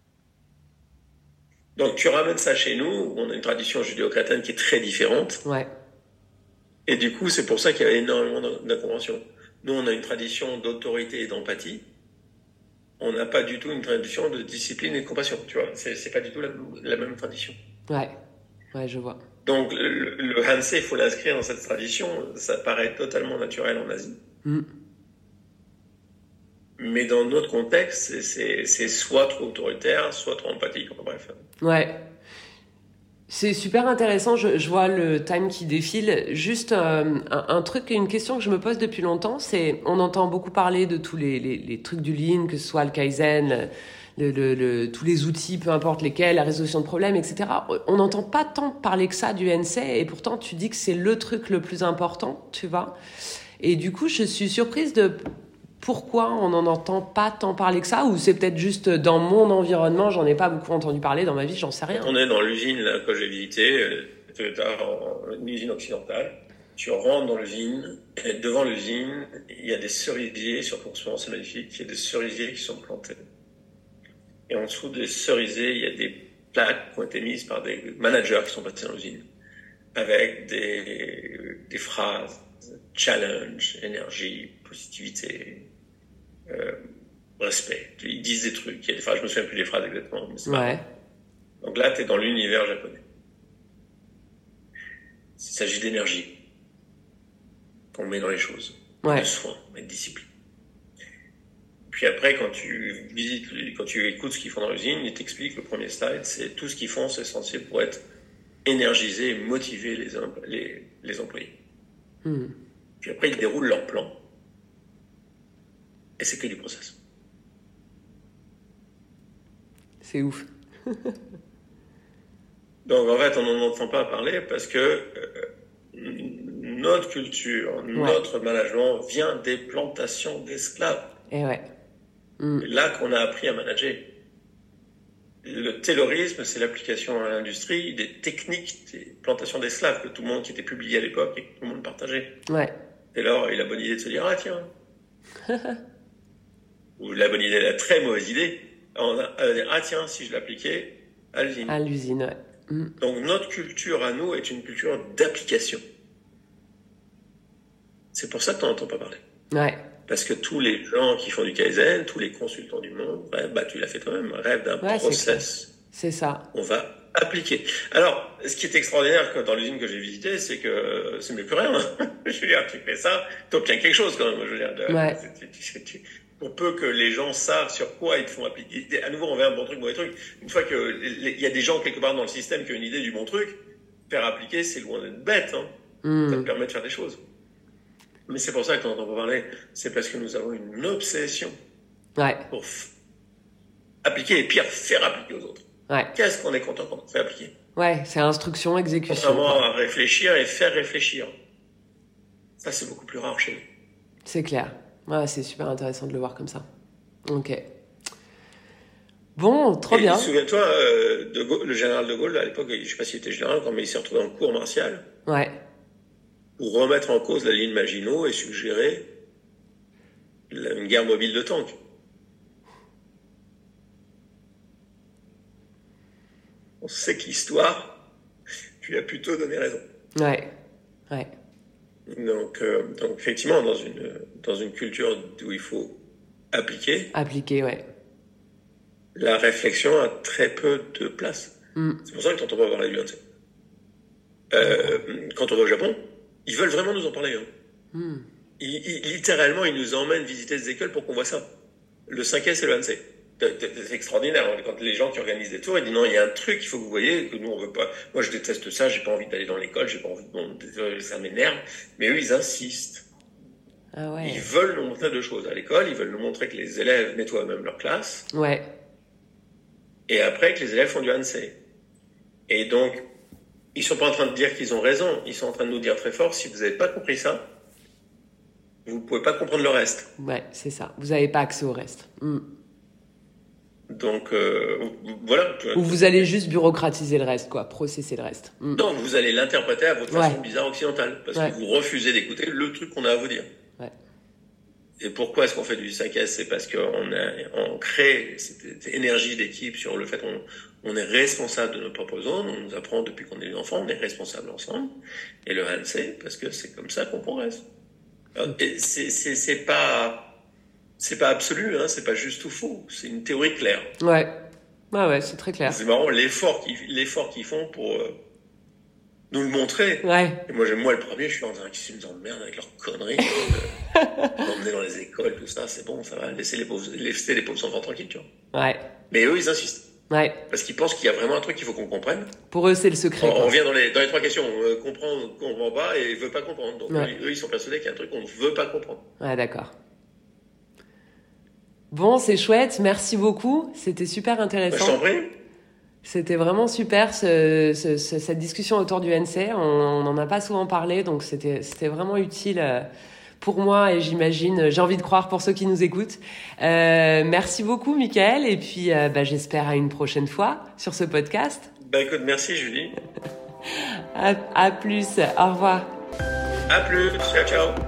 Donc tu ramènes ça chez nous, où on a une tradition judéo-chrétienne qui est très différente. Ouais. Et du coup, c'est pour ça qu'il y a énormément d'inconventions. Nous, on a une tradition d'autorité et d'empathie. On n'a pas du tout une tradition de discipline et de compassion, tu vois. C'est pas du tout la même tradition. Ouais, je vois. Donc, le Hansei, il faut l'inscrire dans cette tradition. Ça paraît totalement naturel en Asie. Mais dans notre contexte, c'est soit trop autoritaire, soit trop empathique, enfin bref. Ouais. C'est super intéressant, je vois le time qui défile. Juste un truc, une question que je me pose depuis longtemps, c'est, on entend beaucoup parler de tous les trucs du Lean, que ce soit le Kaizen, tous les outils, peu importe lesquels, la résolution de problèmes, etc. On n'entend pas tant parler que ça du Hensei, et pourtant tu dis que c'est le truc le plus important, tu vois. Et du coup, je suis surprise de pourquoi on n'en entend pas tant parler que ça, ou c'est peut-être juste dans mon environnement, j'en ai pas beaucoup entendu parler dans ma vie, j'en sais rien. On est dans l'usine là, que j'ai visitée, une usine occidentale. Tu rentres dans l'usine, et devant l'usine, il y a des cerisiers, surtout en ce moment c'est magnifique, il y a des cerisiers qui sont plantés. Et en dessous des cerisiers, il y a des plaques qui ont été mises par des managers qui sont passés dans l'usine, avec des phrases, challenge, énergie, positivité, respect. Ils disent des trucs, il y a des phrases, je me souviens plus des phrases exactement, mais c'est marrant. Donc là, tu es dans l'univers japonais. Il s'agit d'énergie qu'on met dans les choses, de soin, de discipline. Puis après, quand tu visites, quand tu écoutes ce qu'ils font dans l'usine, ils t'expliquent, le premier slide, c'est tout ce qu'ils font, c'est censé pour être énergiser et motiver les employés. Puis après, ils déroulent leur plan. Et c'est que du process. C'est ouf. Donc en fait, on n'en entend pas parler parce que notre culture, notre management vient des plantations d'esclaves. Et C'est là qu'on a appris à manager. Le taylorisme, c'est l'application à l'industrie des techniques des plantations d'esclaves que tout le monde, qui était publié à l'époque et que tout le monde partageait. Taylor, il a la bonne idée de se dire, ah tiens. Ou la bonne idée, la très mauvaise idée, à dire, ah tiens, si je l'appliquais à l'usine. À l'usine, ouais. Donc notre culture à nous est une culture d'application. C'est pour ça que tu n'en entends pas parler. Ouais. Parce que tous les gens qui font du Kaizen, tous les consultants du monde, tu l'as fait toi-même, rêvent d'un process. C'est ça. On va appliquer. Alors, ce qui est extraordinaire dans l'usine que j'ai visitée, c'est que c'est mieux que rien. Je veux dire, tu fais ça, tu obtiens quelque chose quand même. Je veux dire, pour peu que les gens savent sur quoi ils te font appliquer. À nouveau, on verra un bon truc, mauvais truc. Une fois qu'il y a des gens quelque part dans le système qui ont une idée du bon truc, faire appliquer, c'est loin d'être bête. Hein. Ça te permet de faire des choses. Mais c'est pour ça que tu n'entends pas parler. C'est parce que nous avons une obsession pour appliquer et pire, faire appliquer aux autres. Ouais. Qu'est-ce qu'on est content quand on fait appliquer? Ouais, c'est instruction, exécution. Contrairement à réfléchir et faire réfléchir. Ça, c'est beaucoup plus rare chez nous. C'est clair. Ouais, c'est super intéressant de le voir comme ça. Ok. Bon, trop bien. Souviens-toi, le général de Gaulle, à l'époque, je ne sais pas s'il était général, mais il s'est retrouvé en cour martiale. Ouais. Pour remettre en cause la ligne Maginot et suggérer une guerre mobile de tanks. On sait que l'histoire lui a plutôt donné raison. Ouais. Donc effectivement, dans une culture où il faut appliquer. Appliquer, ouais. La réflexion a très peu de place. C'est pour ça que tu n'entends pas parler du Hanse. Quand on va au Japon, ils veulent vraiment nous en parler. Hein. Littéralement, ils nous emmènent visiter des écoles pour qu'on voit ça. Le 5S et le Hanse. C'est extraordinaire. Quand les gens qui organisent des tours, ils disent non, il y a un truc qu'il faut que vous voyez, que nous on veut pas. Moi, je déteste ça, j'ai pas envie d'aller dans l'école, j'ai pas envie ça m'énerve. Mais eux, ils insistent. Ah ouais. Ils veulent nous montrer deux choses à l'école. Ils veulent nous montrer que les élèves nettoient eux-mêmes leur classe. Ouais. Et après, que les élèves font du Hanse. Et donc, ils sont pas en train de dire qu'ils ont raison. Ils sont en train de nous dire très fort, si vous n'avez pas compris ça, vous pouvez pas comprendre le reste. Ouais, c'est ça. Vous n'avez pas accès au reste. Donc, voilà. Ou vous allez juste bureaucratiser le reste, quoi. Processer le reste. Non, vous allez l'interpréter à votre façon bizarre occidentale. Parce que vous refusez d'écouter le truc qu'on a à vous dire. Ouais. Et pourquoi est-ce qu'on fait du 5S? C'est parce qu'on crée cette énergie d'équipe sur le fait qu'on est responsable de nos propres zones. On nous apprend depuis qu'on est enfant, on est responsable ensemble. Et le Hanse, parce que c'est comme ça qu'on progresse. Et c'est pas absolu, hein, c'est pas juste ou faux. C'est une théorie claire. Ouais, c'est très clair. C'est marrant l'effort qu'ils font pour nous le montrer. Ouais. Et moi, le premier, je suis en train de nous emmerdent avec leurs conneries. M'emmener dans les écoles, tout ça, c'est bon, ça va. Laisser les pauvres enfants tranquilles, tu vois. Ouais. Mais eux, ils insistent. Ouais. Parce qu'ils pensent qu'il y a vraiment un truc qu'il faut qu'on comprenne. Pour eux, c'est le secret. On revient dans les trois questions. On comprend pas et veut pas comprendre. Donc, eux, ils sont persuadés qu'il y a un truc qu'on ne veut pas comprendre. Ouais, d'accord. Bon, c'est chouette. Merci beaucoup. C'était super intéressant. Je t'en prie. C'était vraiment super, cette discussion autour du Hanse. On n'en a pas souvent parlé, donc c'était vraiment utile pour moi et j'imagine, j'ai envie de croire pour ceux qui nous écoutent. Merci beaucoup, Mickaël, et puis j'espère à une prochaine fois sur ce podcast. Écoute, merci, Julie. À plus. Au revoir. À plus. Ciao, ciao.